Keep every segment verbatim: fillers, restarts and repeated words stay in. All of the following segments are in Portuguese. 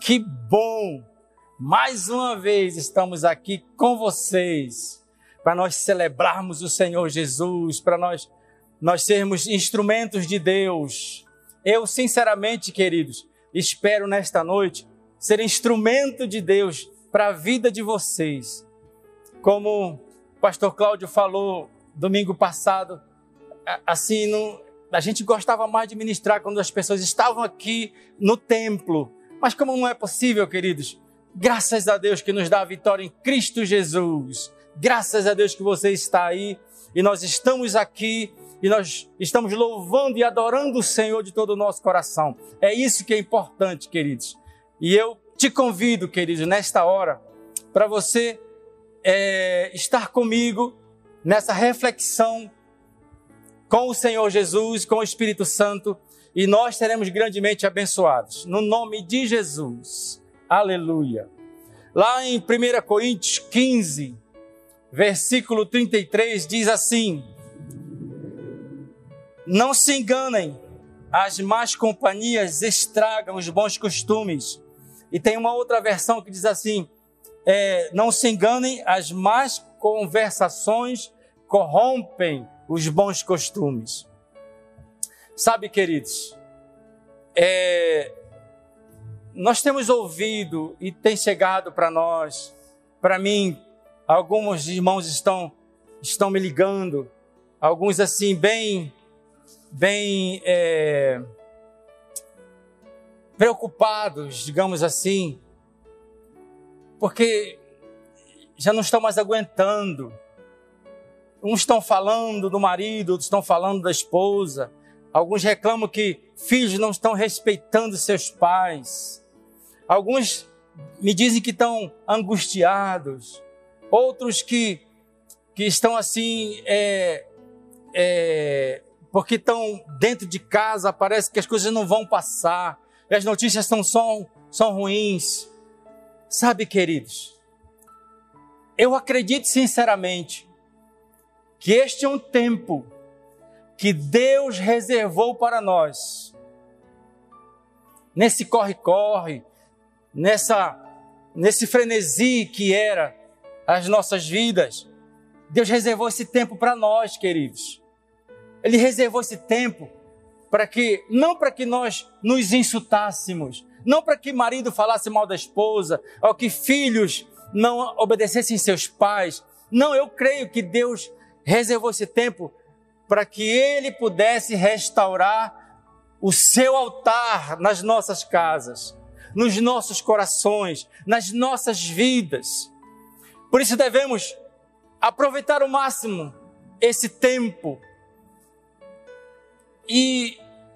Que bom! Mais uma vez estamos aqui com vocês para nós celebrarmos o Senhor Jesus, para nós, nós sermos instrumentos de Deus. Eu, sinceramente, queridos, espero nesta noite ser instrumento de Deus para a vida de vocês. Como o pastor Cláudio falou domingo passado, assim, não, a gente gostava mais de ministrar quando as pessoas estavam aqui no templo. Mas como não é possível, queridos, graças a Deus que nos dá a vitória em Cristo Jesus. Graças a Deus que você está aí e nós estamos aqui e nós estamos louvando e adorando o Senhor de todo o nosso coração. É isso que é importante, queridos. E eu te convido, queridos, nesta hora, para você é, estar comigo nessa reflexão com o Senhor Jesus, com o Espírito Santo, e nós seremos grandemente abençoados. No nome de Jesus. Aleluia. Lá em primeira Coríntios quinze, versículo trinta e três, diz assim: não se enganem, as más companhias estragam os bons costumes. E tem uma outra versão que diz assim, é, não se enganem, as más conversações corrompem os bons costumes. Sabe, queridos, é, nós temos ouvido e tem chegado para nós, para mim, alguns irmãos estão, estão me ligando, alguns assim, bem... bem é, preocupados, digamos assim, porque já não estão mais aguentando. Uns estão falando do marido, outros estão falando da esposa. Alguns reclamam que filhos não estão respeitando seus pais. Alguns me dizem que estão angustiados. Outros que, que estão assim... É, é, porque estão dentro de casa, parece que as coisas não vão passar, e as notícias são, são, são ruins. Sabe, queridos, eu acredito sinceramente que este é um tempo que Deus reservou para nós. Nesse corre-corre, nessa, nesse frenesi que era as nossas vidas, Deus reservou esse tempo para nós, queridos. Ele reservou esse tempo para que, não para que nós nos insultássemos, não para que marido falasse mal da esposa, ou que filhos não obedecessem seus pais. Não, eu creio que Deus reservou esse tempo para que Ele pudesse restaurar o seu altar nas nossas casas, nos nossos corações, nas nossas vidas. Por isso devemos aproveitar ao máximo esse tempo E,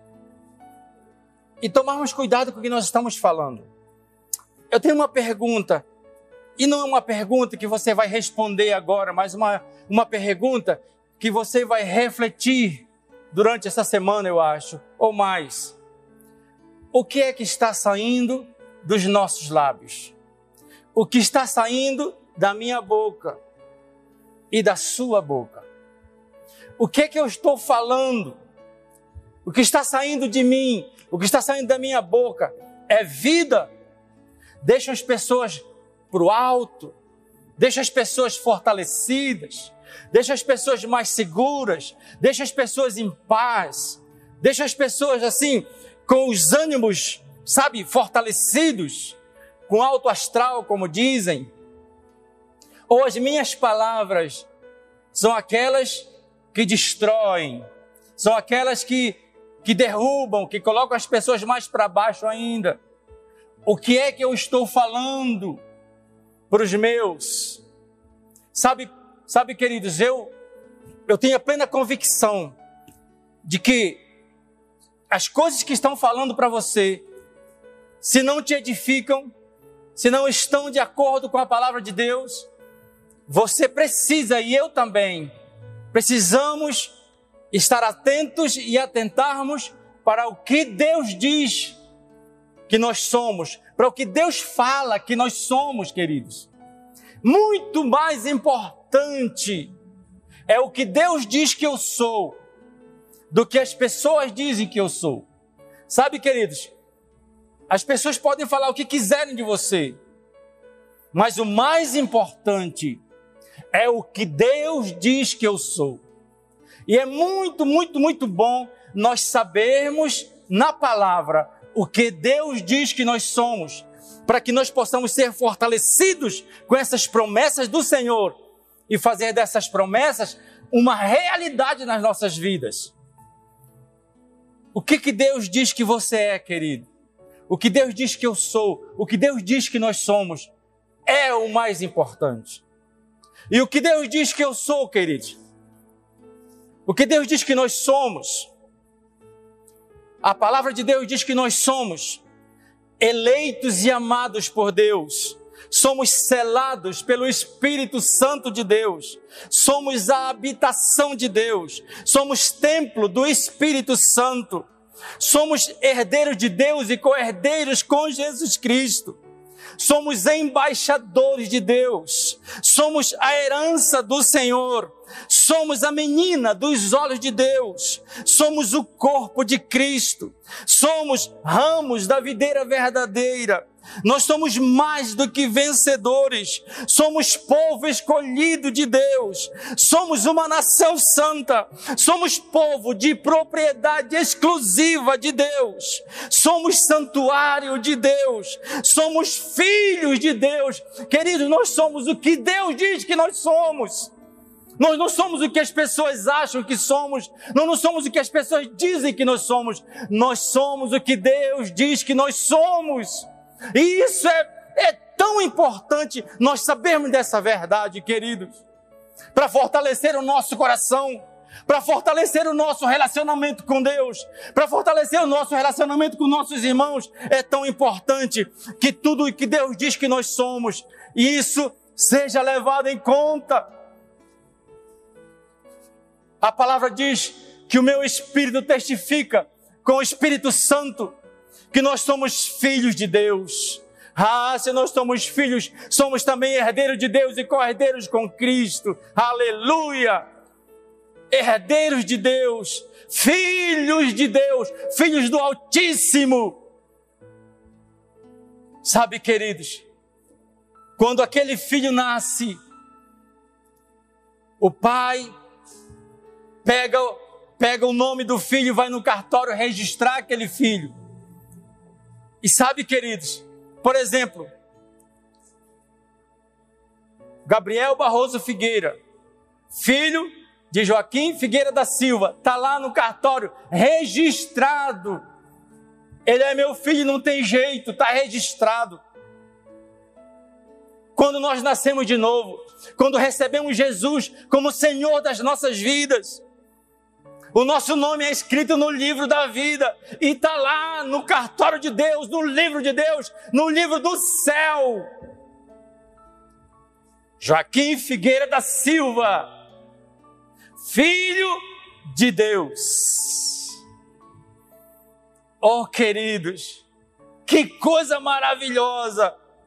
e tomarmos cuidado com o que nós estamos falando. Eu tenho uma pergunta, e não é uma pergunta que você vai responder agora, mas uma, uma pergunta que você vai refletir durante essa semana, eu acho, ou mais. O que é que está saindo dos nossos lábios? O que está saindo da minha boca e da sua boca? O que é que eu estou falando? O que está saindo de mim, o que está saindo da minha boca é vida? Deixa as pessoas para o alto, deixa as pessoas fortalecidas, deixa as pessoas mais seguras, deixa as pessoas em paz, deixa as pessoas assim, com os ânimos, sabe, fortalecidos, com alto astral, como dizem. Ou as minhas palavras são aquelas que destroem, são aquelas que que derrubam, que colocam as pessoas mais para baixo ainda. O que é que eu estou falando para os meus? Sabe, sabe, queridos, eu, eu tenho a plena convicção de que as coisas que estão falando para você, se não te edificam, se não estão de acordo com a palavra de Deus, você precisa, e eu também, precisamos estar atentos e atentarmos para o que Deus diz que nós somos, para o que Deus fala que nós somos, queridos. Muito mais importante é o que Deus diz que eu sou do que as pessoas dizem que eu sou. Sabe, queridos, As pessoas podem falar o que quiserem de você, mas o mais importante é o que Deus diz que eu sou. E é muito, muito, muito bom nós sabermos na palavra o que Deus diz que nós somos, para que nós possamos ser fortalecidos com essas promessas do Senhor e fazer dessas promessas uma realidade nas nossas vidas. O que que Deus diz que você é, querido? O que Deus diz que eu sou, o que Deus diz que nós somos, é o mais importante. E o que Deus diz que eu sou, queridos? O que Deus diz que nós somos? A palavra de Deus diz que nós somos eleitos e amados por Deus. Somos selados pelo Espírito Santo de Deus. Somos a habitação de Deus. Somos templo do Espírito Santo. Somos herdeiros de Deus e co-herdeiros com Jesus Cristo. Somos embaixadores de Deus. Somos a herança do Senhor. Somos a menina dos olhos de Deus. Somos o corpo de Cristo. Somos ramos da videira verdadeira. Nós somos mais do que vencedores. Somos povo escolhido de Deus. Somos uma nação santa. Somos povo de propriedade exclusiva de Deus. Somos santuário de Deus. Somos filhos de Deus. Queridos, nós somos o que Deus diz que nós somos. Nós não somos o que as pessoas acham que somos. Nós não somos o que as pessoas dizem que nós somos. Nós somos o que Deus diz que nós somos. E isso é, é tão importante nós sabermos dessa verdade, queridos, para fortalecer o nosso coração, para fortalecer o nosso relacionamento com Deus, para fortalecer o nosso relacionamento com nossos irmãos. É tão importante que tudo o que Deus diz que nós somos, isso seja levado em conta. A palavra diz que o meu Espírito testifica com o Espírito Santo que nós somos filhos de Deus. Ah, se nós somos filhos, somos também herdeiros de Deus e co-herdeiros com Cristo. Aleluia! Herdeiros de Deus, filhos de Deus, filhos do Altíssimo. Sabe, queridos, quando aquele filho nasce, o pai pega, pega o nome do filho e vai no cartório registrar aquele filho. E sabe, queridos, por exemplo, Gabriel Barroso Figueira, filho de Joaquim Figueira da Silva, está lá no cartório, registrado. Ele é meu filho, não tem jeito, está registrado. Quando nós nascemos de novo, quando recebemos Jesus como Senhor das nossas vidas, o nosso nome é escrito no livro da vida e está lá no cartório de Deus, no livro de Deus, no livro do céu. Joaquim Figueira da Silva, filho de Deus. Oh, queridos, que coisa maravilhosa!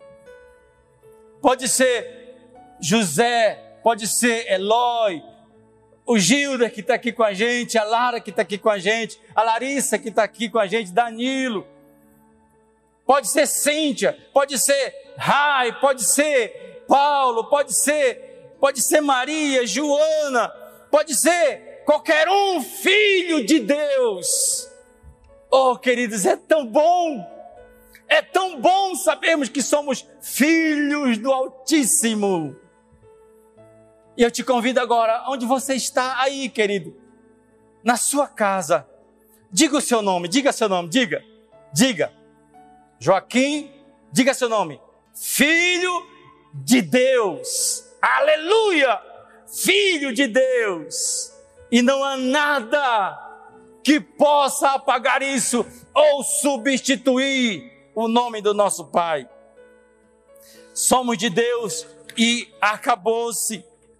Pode ser José, pode ser Eloy, o Gilda que está aqui com a gente, a Lara que está aqui com a gente, a Larissa que está aqui com a gente, Danilo. Pode ser Cíntia, pode ser Rai, pode ser Paulo, pode ser, pode ser Maria, Joana, pode ser qualquer um filho de Deus. Oh, queridos, é tão bom, é tão bom sabermos que somos filhos do Altíssimo. E eu te convido agora, onde você está aí, querido, na sua casa, diga o seu nome, diga seu nome, diga, diga, Joaquim, diga seu nome, filho de Deus, aleluia, filho de Deus, e não há nada que possa apagar isso ou substituir o nome do nosso Pai. Somos de Deus e acabou-se.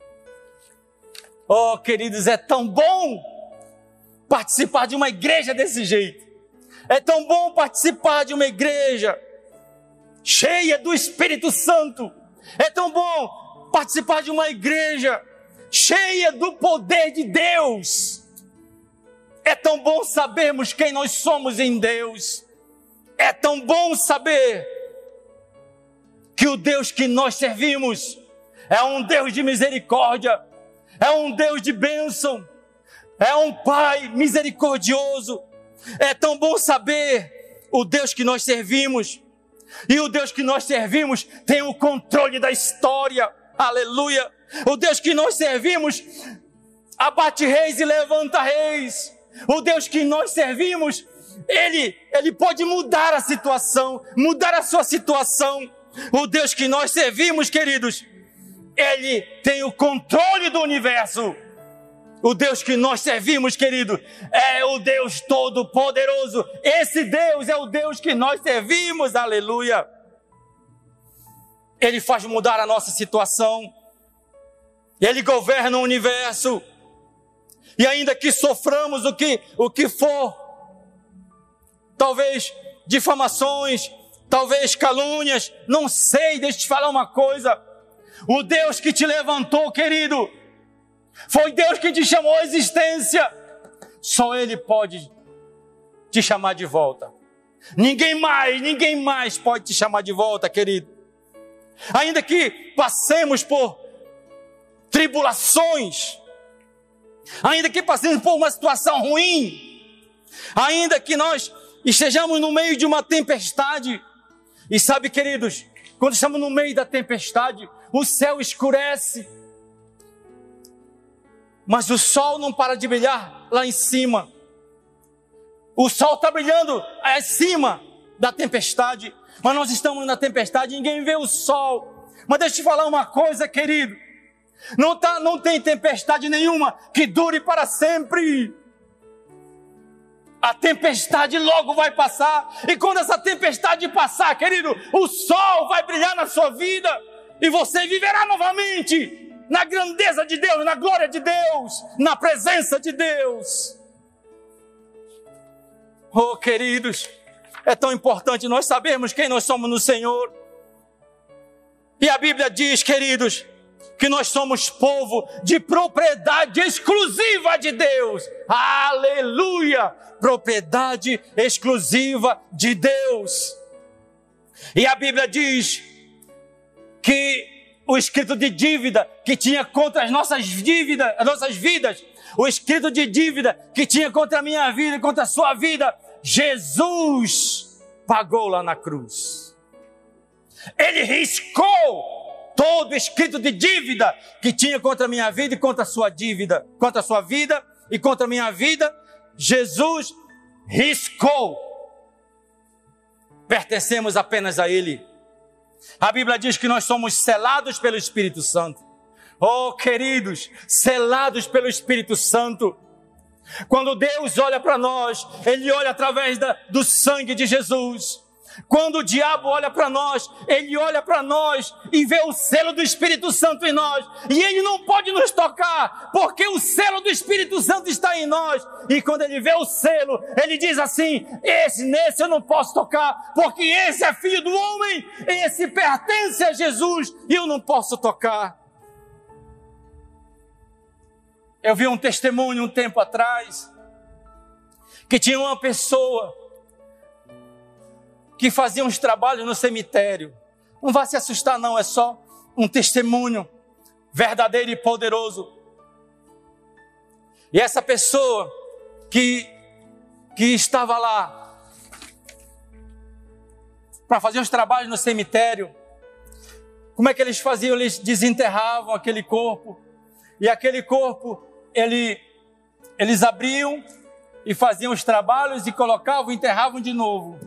Oh, queridos, é tão bom participar de uma igreja desse jeito. É tão bom participar de uma igreja cheia do Espírito Santo. É tão bom participar de uma igreja cheia do poder de Deus. É tão bom sabermos quem nós somos em Deus. É tão bom saber que o Deus que nós servimos é um Deus de misericórdia, é um Deus de bênção, é um Pai misericordioso. É tão bom saber o Deus que nós servimos. E o Deus que nós servimos tem o controle da história. Aleluia! O Deus que nós servimos abate reis e levanta reis. O Deus que nós servimos, Ele, Ele pode mudar a situação, mudar a sua situação. O Deus que nós servimos, queridos, Ele tem o controle do universo. O Deus que nós servimos, querido, é o Deus Todo-Poderoso. Esse Deus é o Deus que nós servimos, aleluia. Ele faz mudar a nossa situação. Ele governa o universo. E ainda que soframos o que, o que for, talvez difamações, talvez calúnias, não sei, deixa eu te falar uma coisa. O Deus que te levantou, querido, foi Deus que te chamou à existência. Só Ele pode te chamar de volta. Ninguém mais, ninguém mais pode te chamar de volta, querido. Ainda que passemos por tribulações, ainda que passemos por uma situação ruim, ainda que nós estejamos no meio de uma tempestade. E sabe, queridos, quando estamos no meio da tempestade, o céu escurece, mas o sol não para de brilhar lá em cima. O sol está brilhando acima da tempestade, mas nós estamos na tempestade, ninguém vê o sol. Mas deixa eu te falar uma coisa, querido, não, tá, não tem tempestade nenhuma que dure para sempre. A tempestade logo vai passar, e quando essa tempestade passar, querido, o sol vai brilhar na sua vida, e você viverá novamente na grandeza de Deus, na glória de Deus, na presença de Deus. Oh, queridos, é tão importante nós sabermos quem nós somos no Senhor. E a Bíblia diz, queridos, que nós somos povo de propriedade exclusiva de Deus. Aleluia! Propriedade exclusiva de Deus. E a Bíblia diz que o escrito de dívida que tinha contra as nossas dívidas, as nossas vidas, o escrito de dívida que tinha contra a minha vida e contra a sua vida, Jesus pagou lá na cruz. Ele riscou todo o escrito de dívida que tinha contra a minha vida e contra a sua dívida, contra a sua vida e contra a minha vida. Jesus riscou. Pertencemos apenas a Ele. A Bíblia diz que nós somos selados pelo Espírito Santo. Oh, queridos, selados pelo Espírito Santo. Quando Deus olha para nós, Ele olha através da, do sangue de Jesus. Quando o diabo olha para nós, ele olha para nós e vê o selo do Espírito Santo em nós. E ele não pode nos tocar, porque o selo do Espírito Santo está em nós. E quando ele vê o selo, ele diz assim: esse, nesse eu não posso tocar, porque esse é filho do homem, esse pertence a Jesus e eu não posso tocar. Eu vi um testemunho um tempo atrás, que tinha uma pessoa que fazia uns trabalhos no cemitério. Não vá se assustar não, é só um testemunho verdadeiro e poderoso. E essa pessoa que, que estava lá para fazer os trabalhos no cemitério, como é que eles faziam? Eles desenterravam aquele corpo, e aquele corpo, ele, eles abriam e faziam os trabalhos e colocavam, enterravam de novo.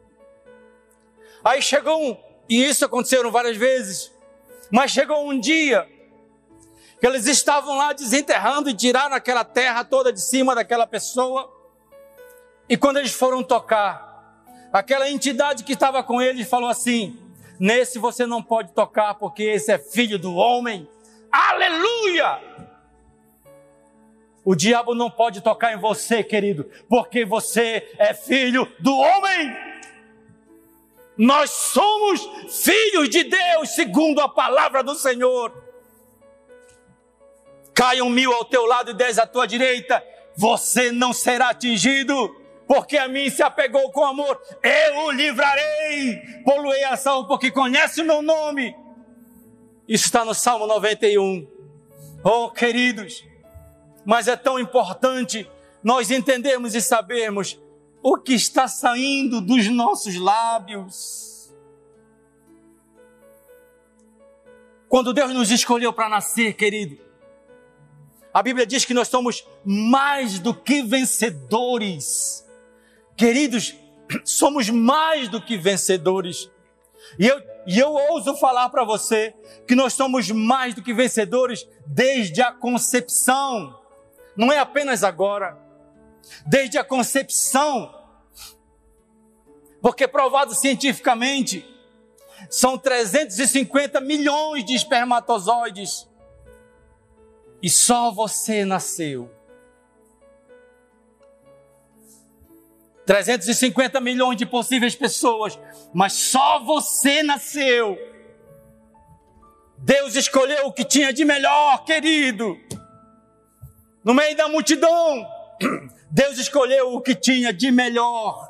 Aí chegou um, e isso aconteceu várias vezes, mas chegou um dia que eles estavam lá desenterrando e tiraram aquela terra toda de cima daquela pessoa. E quando eles foram tocar, aquela entidade que estava com eles falou assim: nesse você não pode tocar, porque esse é filho do homem. Aleluia! O diabo não pode tocar em você, querido, porque você é filho do homem. Nós somos filhos de Deus, segundo a palavra do Senhor. Caiam mil ao teu lado e dez à tua direita, você não será atingido, porque a mim se apegou com amor, eu o livrarei, poluei a salvo, porque conhece o meu nome. Isso está no Salmo noventa e um. Oh, queridos, mas é tão importante nós entendermos e sabermos o que está saindo dos nossos lábios. Quando Deus nos escolheu para nascer, querido, a Bíblia diz que nós somos mais do que vencedores. Queridos, somos mais do que vencedores. E eu, e eu ouso falar para você que nós somos mais do que vencedores desde a concepção. Não é apenas agora. Desde a concepção. Porque provado cientificamente, são trezentos e cinquenta milhões de espermatozoides. E só você nasceu. trezentos e cinquenta milhões de possíveis pessoas, mas só você nasceu. Deus escolheu o que tinha de melhor, querido. No meio da multidão, Deus escolheu o que tinha de melhor.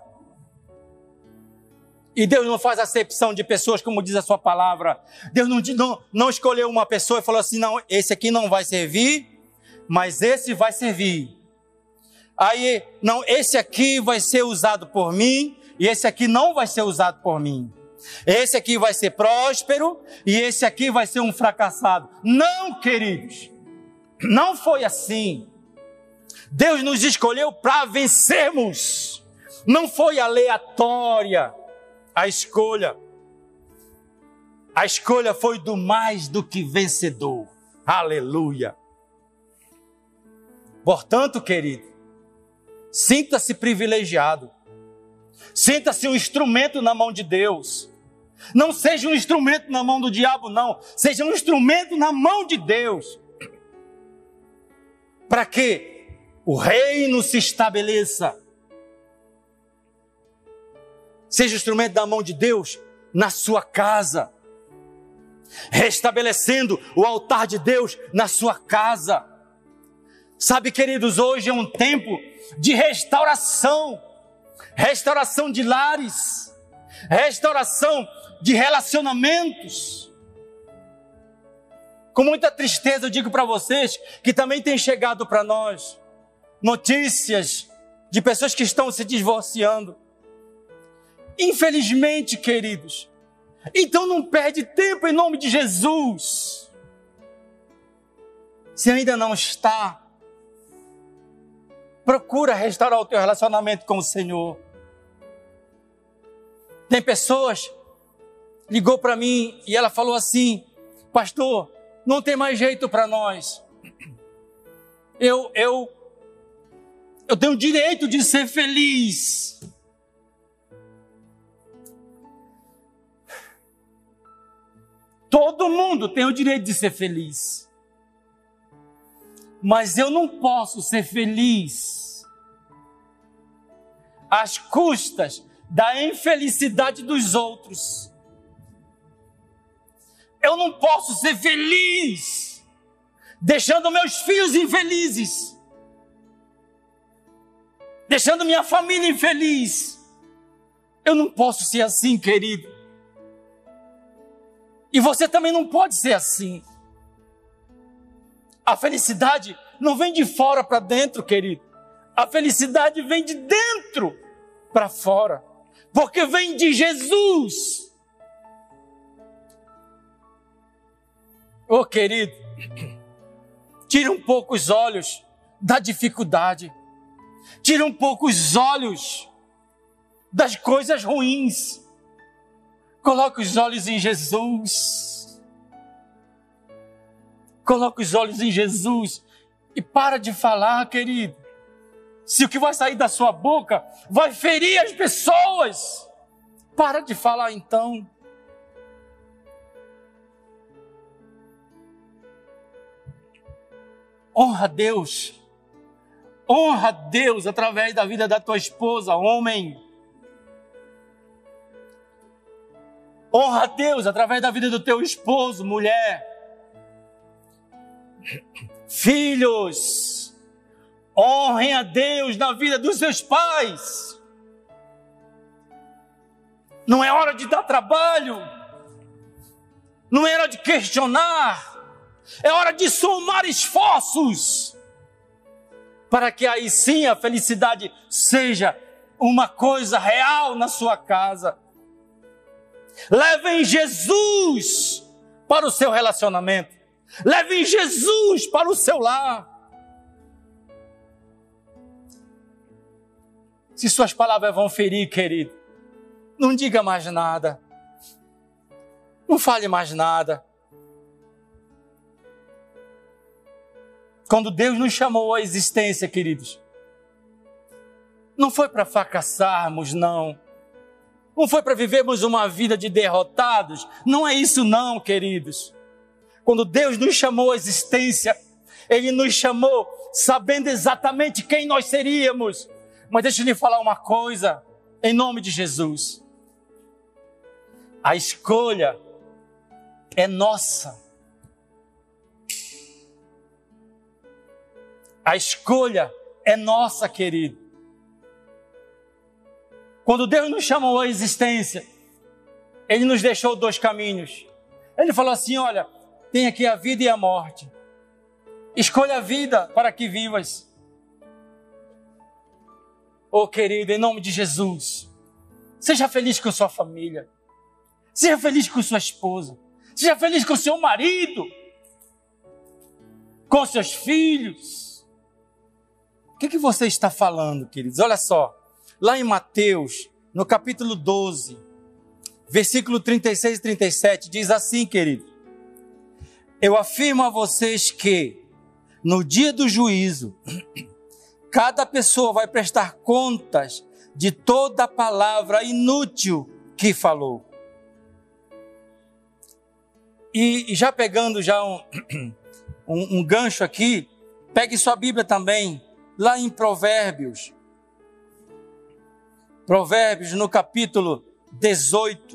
E Deus não faz acepção de pessoas, como diz a sua palavra. Deus não, não, não escolheu uma pessoa e falou assim, não, esse aqui não vai servir, mas esse vai servir. Aí, não, esse aqui vai ser usado por mim, e esse aqui não vai ser usado por mim. Esse aqui vai ser próspero, e esse aqui vai ser um fracassado. Não, queridos, não foi assim. Deus nos escolheu para vencermos. Não foi aleatória a escolha. A escolha foi do mais do que vencedor. Aleluia. Portanto, querido, sinta-se privilegiado. Sinta-se um instrumento na mão de Deus. Não seja um instrumento na mão do diabo, não. Seja um instrumento na mão de Deus. Para que o reino se estabeleça. Seja instrumento da mão de Deus na sua casa. Restabelecendo o altar de Deus na sua casa. Sabe, queridos, hoje é um tempo de restauração. Restauração de lares. Restauração de relacionamentos. Com muita tristeza eu digo para vocês que também tem chegado para nós notícias de pessoas que estão se divorciando. Infelizmente, queridos. Então não perde tempo em nome de Jesus. Se ainda não está, procura restaurar o teu relacionamento com o Senhor. Tem pessoas, ligou para mim e ela falou assim, pastor, não tem mais jeito para nós. Eu, eu, eu tenho o direito de ser feliz. Todo mundo tem o direito de ser feliz. Mas eu não posso ser feliz às custas da infelicidade dos outros. Eu não posso ser feliz deixando meus filhos infelizes. Deixando minha família infeliz. Eu não posso ser assim, querido. E você também não pode ser assim. A felicidade não vem de fora para dentro, querido. A felicidade vem de dentro para fora. Porque vem de Jesus. Ô, querido, tire um pouco os olhos da dificuldade. Tire um pouco os olhos das coisas ruins. Coloque os olhos em Jesus. Coloque os olhos em Jesus. E para de falar, querido. Se o que vai sair da sua boca vai ferir as pessoas. Para de falar então. Honra a Deus. Honra a Deus através da vida da tua esposa, homem. Honra a Deus através da vida do teu esposo, mulher. Filhos, Honrem a Deus na vida dos seus pais. Não é hora de dar trabalho. Não é hora de questionar. É hora de somar esforços. Para que aí sim a felicidade seja uma coisa real na sua casa. Levem Jesus para o seu relacionamento. Levem Jesus para o seu lar. Se suas palavras vão ferir, querido, não diga mais nada. Não fale mais nada. Quando Deus nos chamou à existência, queridos, não foi para fracassarmos, não. Não foi para vivermos uma vida de derrotados. Não é isso não, queridos. Quando Deus nos chamou à existência, Ele nos chamou sabendo exatamente quem nós seríamos. Mas deixa eu lhe falar uma coisa, em nome de Jesus. A escolha é nossa. A escolha é nossa, querido. Quando Deus nos chamou à existência, Ele nos deixou dois caminhos. Ele falou assim, olha, tem aqui a vida e a morte. Escolha a vida para que vivas. Oh, querido, em nome de Jesus, seja feliz com sua família. Seja feliz com sua esposa. Seja feliz com seu marido. Com seus filhos. O que, que você está falando, queridos? Olha só. Lá em Mateus, no capítulo doze, versículo trinta e seis e trinta e sete, diz assim, querido. Eu afirmo a vocês que, no dia do juízo, cada pessoa vai prestar contas de toda a palavra inútil que falou. E já pegando já um, um, um gancho aqui, pegue sua Bíblia também, lá em Provérbios. Provérbios no capítulo dezoito.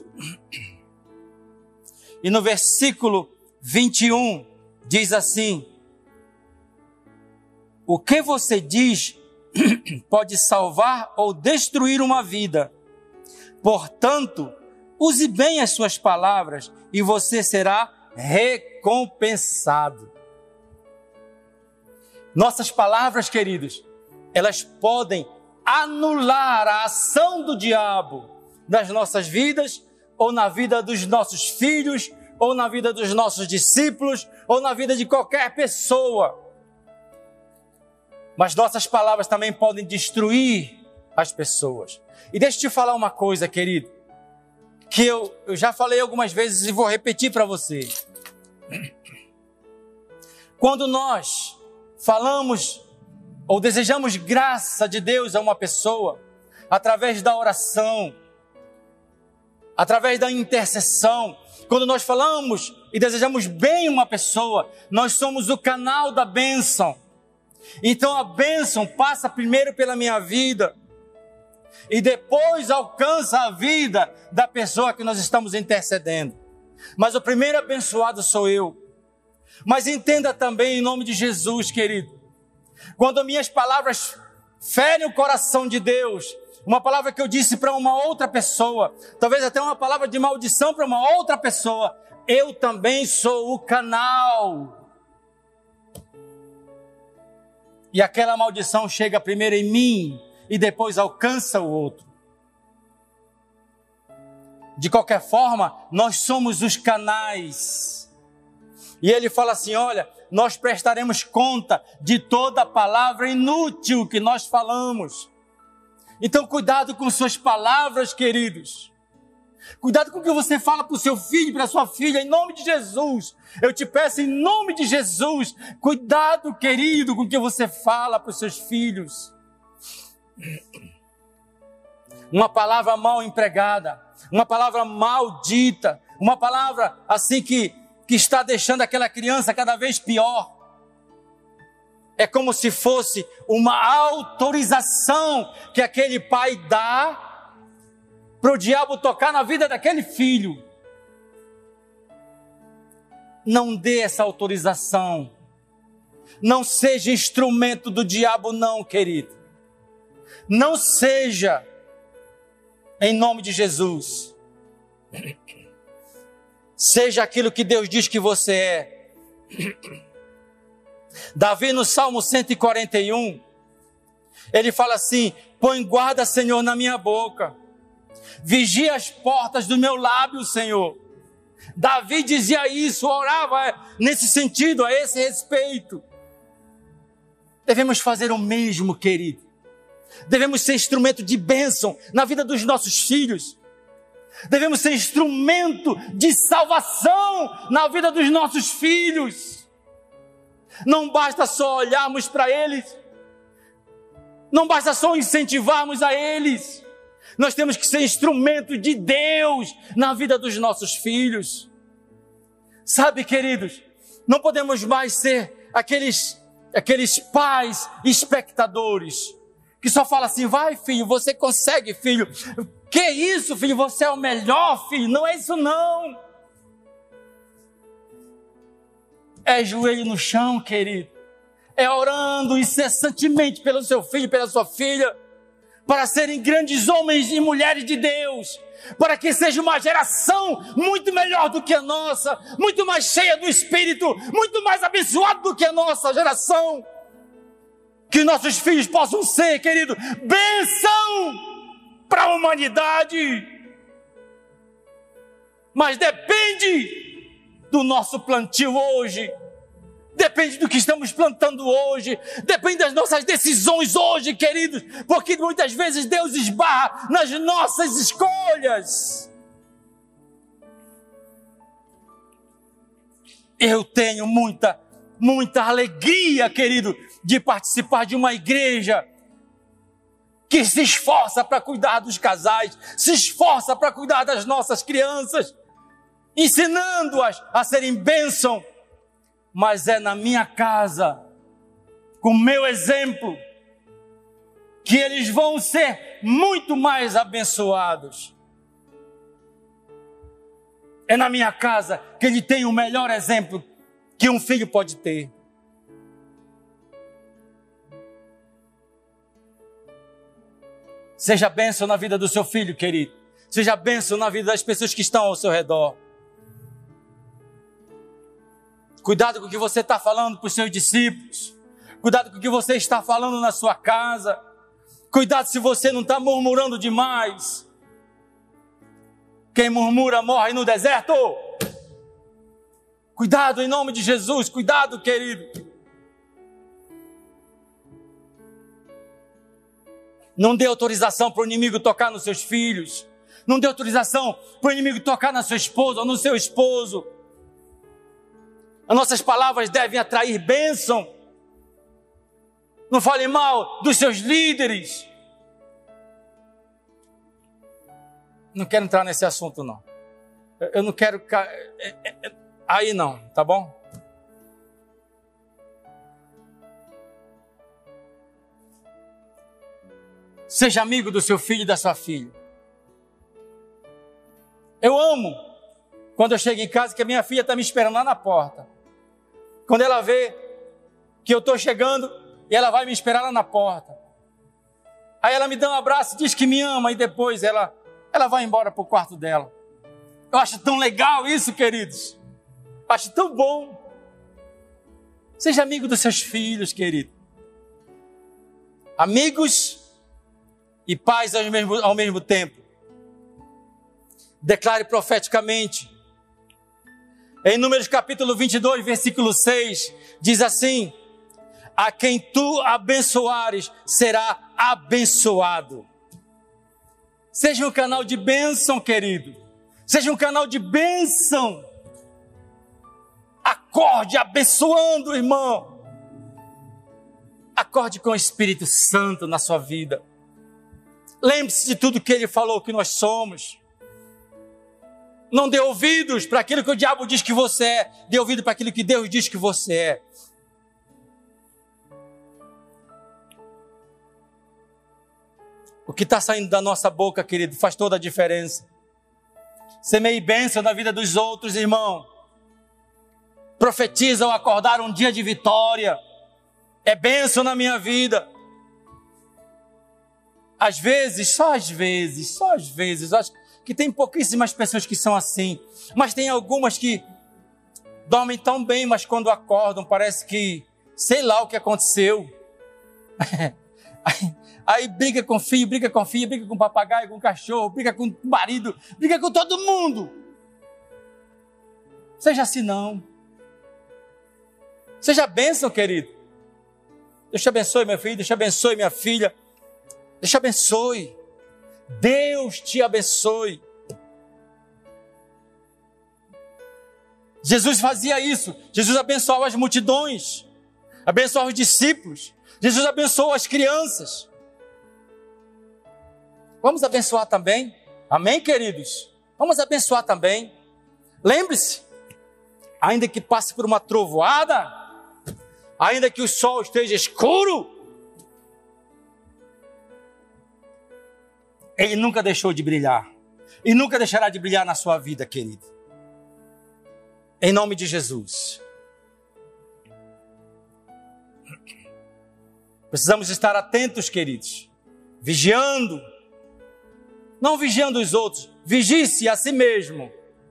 E no versículo vinte e um, diz assim. O que você diz pode salvar ou destruir uma vida. Portanto, use bem as suas palavras e você será recompensado. Nossas palavras, queridos, elas podem anular a ação do diabo nas nossas vidas, ou na vida dos nossos filhos, ou na vida dos nossos discípulos, ou na vida de qualquer pessoa. Mas nossas palavras também podem destruir as pessoas. E deixa eu te falar uma coisa, querido, que eu, eu já falei algumas vezes e vou repetir para você. Quando nós falamos ou desejamos graça de Deus a uma pessoa, através da oração, através da intercessão, quando nós falamos e desejamos bem uma pessoa, nós somos o canal da bênção. Então a bênção passa primeiro pela minha vida e depois alcança a vida da pessoa que nós estamos intercedendo. Mas o primeiro abençoado sou eu. Mas entenda também em nome de Jesus, querido, quando minhas palavras ferem o coração de Deus, uma palavra que eu disse para uma outra pessoa, talvez até uma palavra de maldição para uma outra pessoa, eu também sou o canal. E aquela maldição chega primeiro em mim e depois alcança o outro. De qualquer forma, nós somos os canais. E ele fala assim, olha, nós prestaremos conta de toda a palavra inútil que nós falamos. Então, cuidado com suas palavras, queridos. Cuidado com o que você fala para o seu filho, para a sua filha, em nome de Jesus. Eu te peço em nome de Jesus, cuidado, querido, com o que você fala para os seus filhos. Uma palavra mal empregada, uma palavra maldita, uma palavra assim que, que está deixando aquela criança cada vez pior. É como se fosse uma autorização que aquele pai dá para o diabo tocar na vida daquele filho. Não dê essa autorização. Não seja instrumento do diabo, não, querido. Não seja, em nome de Jesus. Seja aquilo que Deus diz que você é. Davi, no Salmo cento e quarenta e um, ele fala assim: põe guarda, Senhor, na minha boca, vigia as portas do meu lábio, Senhor. Davi dizia isso, orava nesse sentido, a esse respeito. Devemos fazer o mesmo, querido. Devemos ser instrumento de bênção na vida dos nossos filhos. Devemos ser instrumento de salvação na vida dos nossos filhos. Não basta só olharmos para eles. Não basta só incentivarmos a eles. Nós temos que ser instrumento de Deus na vida dos nossos filhos. Sabe, queridos, não podemos mais ser aqueles, aqueles pais espectadores que só falam assim: vai, filho, você consegue, filho. Que isso, filho, você é o melhor, filho. Não é isso, não. É joelho no chão, querido. É orando incessantemente pelo seu filho, pela sua filha, para serem grandes homens e mulheres de Deus, para que seja uma geração muito melhor do que a nossa, muito mais cheia do Espírito, muito mais abençoada do que a nossa geração. Que nossos filhos possam ser, querido, bênção para a humanidade. Mas depende do nosso plantio hoje. Depende do que estamos plantando hoje. Depende das nossas decisões hoje, queridos. Porque muitas vezes Deus esbarra nas nossas escolhas. Eu tenho muita, muita alegria, querido, de participar de uma igreja que se esforça para cuidar dos casais, se esforça para cuidar das nossas crianças, ensinando-as a serem bênção. Mas é na minha casa, com o meu exemplo, que eles vão ser muito mais abençoados. É na minha casa que ele tem o melhor exemplo que um filho pode ter. Seja bênção na vida do seu filho, querido. Seja bênção na vida das pessoas que estão ao seu redor. Cuidado com o que você está falando para os seus discípulos. Cuidado com o que você está falando na sua casa. Cuidado se você não está murmurando demais. Quem murmura morre no deserto. Cuidado em nome de Jesus. Cuidado, querido. Não dê autorização para o inimigo tocar nos seus filhos. Não dê autorização para o inimigo tocar na sua esposa ou no seu esposo. As nossas palavras devem atrair bênção. Não fale mal dos seus líderes. Não quero entrar nesse assunto, não. Eu não quero... Aí não, tá bom? Seja amigo do seu filho e da sua filha. Eu amo quando eu chego em casa que a minha filha está me esperando lá na porta. Quando ela vê que eu estou chegando e ela vai me esperar lá na porta. Aí ela me dá um abraço e diz que me ama e depois ela, ela vai embora para o quarto dela. Eu acho tão legal isso, queridos. Acho tão bom. Seja amigo dos seus filhos, querido. Amigos e pais ao mesmo, ao mesmo tempo. Declare profeticamente. Em Números capítulo vinte e dois, versículo seis, diz assim: a quem tu abençoares será abençoado. Seja um canal de bênção, querido. Seja um canal de bênção. Acorde abençoando, irmão. Acorde com o Espírito Santo na sua vida. Lembre-se de tudo que Ele falou que nós somos. Não dê ouvidos para aquilo que o diabo diz que você é. Dê ouvido para aquilo que Deus diz que você é. O que está saindo da nossa boca, querido, faz toda a diferença. Semeie bênção na vida dos outros, irmão. Profetiza ao acordar um dia de vitória. é bênção na minha vida. Às vezes, só às vezes, só às vezes, acho que tem pouquíssimas pessoas que são assim, mas tem algumas que dormem tão bem, mas quando acordam parece que, sei lá o que aconteceu. Aí, aí briga com o filho, briga com a filha, briga com o papagaio, com o cachorro, briga com o marido, briga com todo mundo. Seja assim não. Seja bênção, querido. Deus te abençoe, meu filho, Deus te abençoe, minha filha. Deus te abençoe. Deus te abençoe. Jesus fazia isso. Jesus abençoava as multidões, abençoava os discípulos. Jesus abençoou as crianças. Vamos abençoar também. Amém, queridos? Vamos abençoar também. Lembre-se, ainda que passe por uma trovoada, ainda que o sol esteja escuro, Ele nunca deixou de brilhar. E nunca deixará de brilhar na sua vida, querido. Em nome de Jesus. Precisamos estar atentos, queridos. Vigiando. Não vigiando os outros. Vigie-se a si mesmo.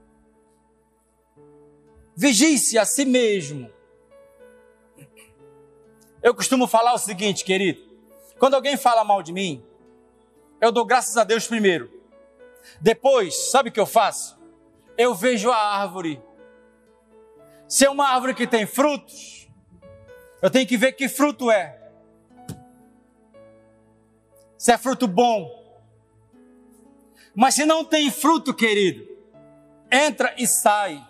Vigie-se a si mesmo. Eu costumo falar o seguinte, querido. Quando alguém fala mal de mim, eu dou graças a Deus primeiro. Depois, sabe o que eu faço? Eu vejo a árvore. Se é uma árvore que tem frutos, eu tenho que ver que fruto é. Se é fruto bom. Mas se não tem fruto, querido, entra e sai.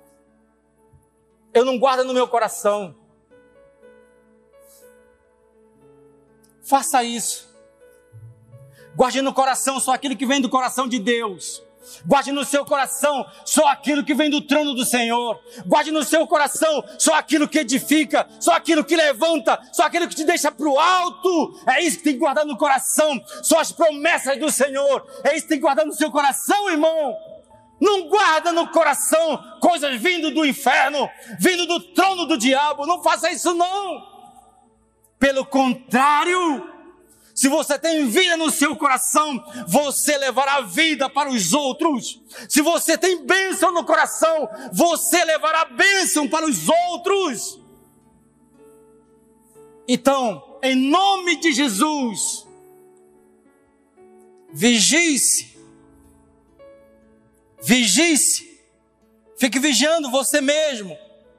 Eu não guardo no meu coração. Faça isso. Guarde no coração só aquilo que vem do coração de Deus. Guarde no seu coração só aquilo que vem do trono do Senhor. Guarde no seu coração só aquilo que edifica, só aquilo que levanta, só aquilo que te deixa para o alto. É isso que tem que guardar no coração. Só as promessas do Senhor. É isso que tem que guardar no seu coração, irmão. Não guarda no coração coisas vindo do inferno, vindo do trono do diabo. Não faça isso não. Pelo contrário, se você tem vida no seu coração, você levará vida para os outros. Se você tem bênção no coração, você levará bênção para os outros. Então, em nome de Jesus, vigie-se. Vigie-se. Fique vigiando você mesmo,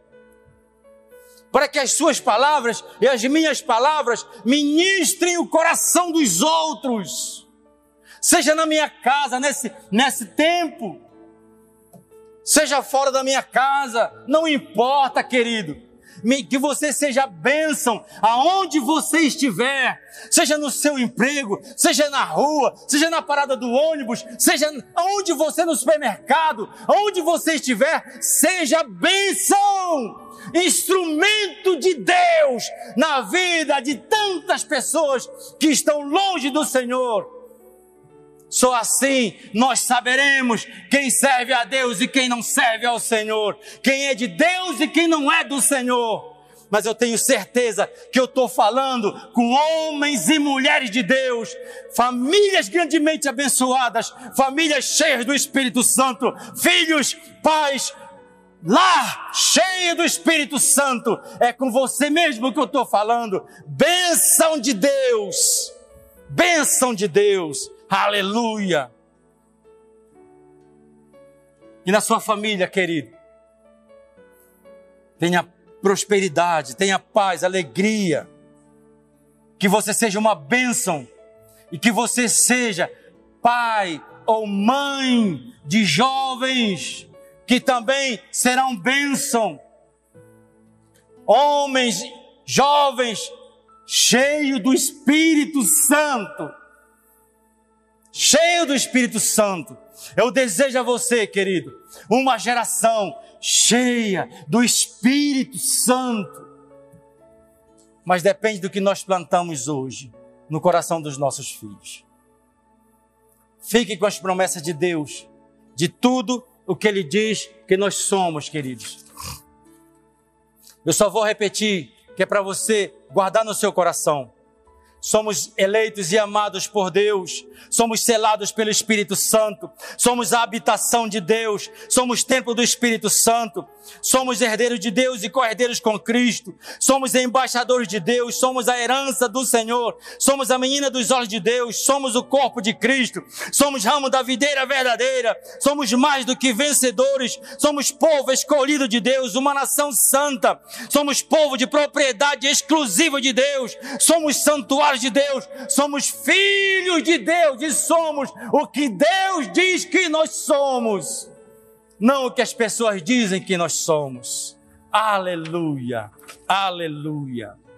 para que as suas palavras e as minhas palavras ministrem o coração dos outros. Seja na minha casa, nesse, nesse tempo, seja fora da minha casa, não importa, querido. Que você seja bênção aonde você estiver, seja no seu emprego, seja na rua, seja na parada do ônibus, seja onde você no supermercado, onde você estiver, seja bênção, instrumento de Deus na vida de tantas pessoas que estão longe do Senhor. Só assim nós saberemos quem serve a Deus e quem não serve ao Senhor, quem é de Deus e quem não é do Senhor. Mas eu tenho certeza que eu estou falando com homens e mulheres de Deus, famílias grandemente abençoadas, famílias cheias do Espírito Santo, filhos, pais, lar cheio do Espírito Santo. É com você mesmo que eu estou falando. Bênção de Deus, bênção de Deus. Aleluia! E na sua família, querido, tenha prosperidade, tenha paz, alegria. Que você seja uma bênção e que você seja pai ou mãe de jovens que também serão bênção. Homens, jovens, cheios do Espírito Santo. Cheio do Espírito Santo. Eu desejo a você, querido, uma geração cheia do Espírito Santo. Mas depende do que nós plantamos hoje no coração dos nossos filhos. Fique com as promessas de Deus, de tudo o que Ele diz que nós somos, queridos. Eu só vou repetir que é para você guardar no seu coração. Somos eleitos e amados por Deus, somos selados pelo Espírito Santo, somos a habitação de Deus, somos templo do Espírito Santo, somos herdeiros de Deus e co-herdeiros com Cristo, somos embaixadores de Deus, somos a herança do Senhor, somos a menina dos olhos de Deus, somos o corpo de Cristo, somos ramo da videira verdadeira, somos mais do que vencedores, somos povo escolhido de Deus, uma nação santa, somos povo de propriedade exclusiva de Deus, somos santuário de Deus, somos filhos de Deus e somos o que Deus diz que nós somos, não o que as pessoas dizem que nós somos. Aleluia, aleluia.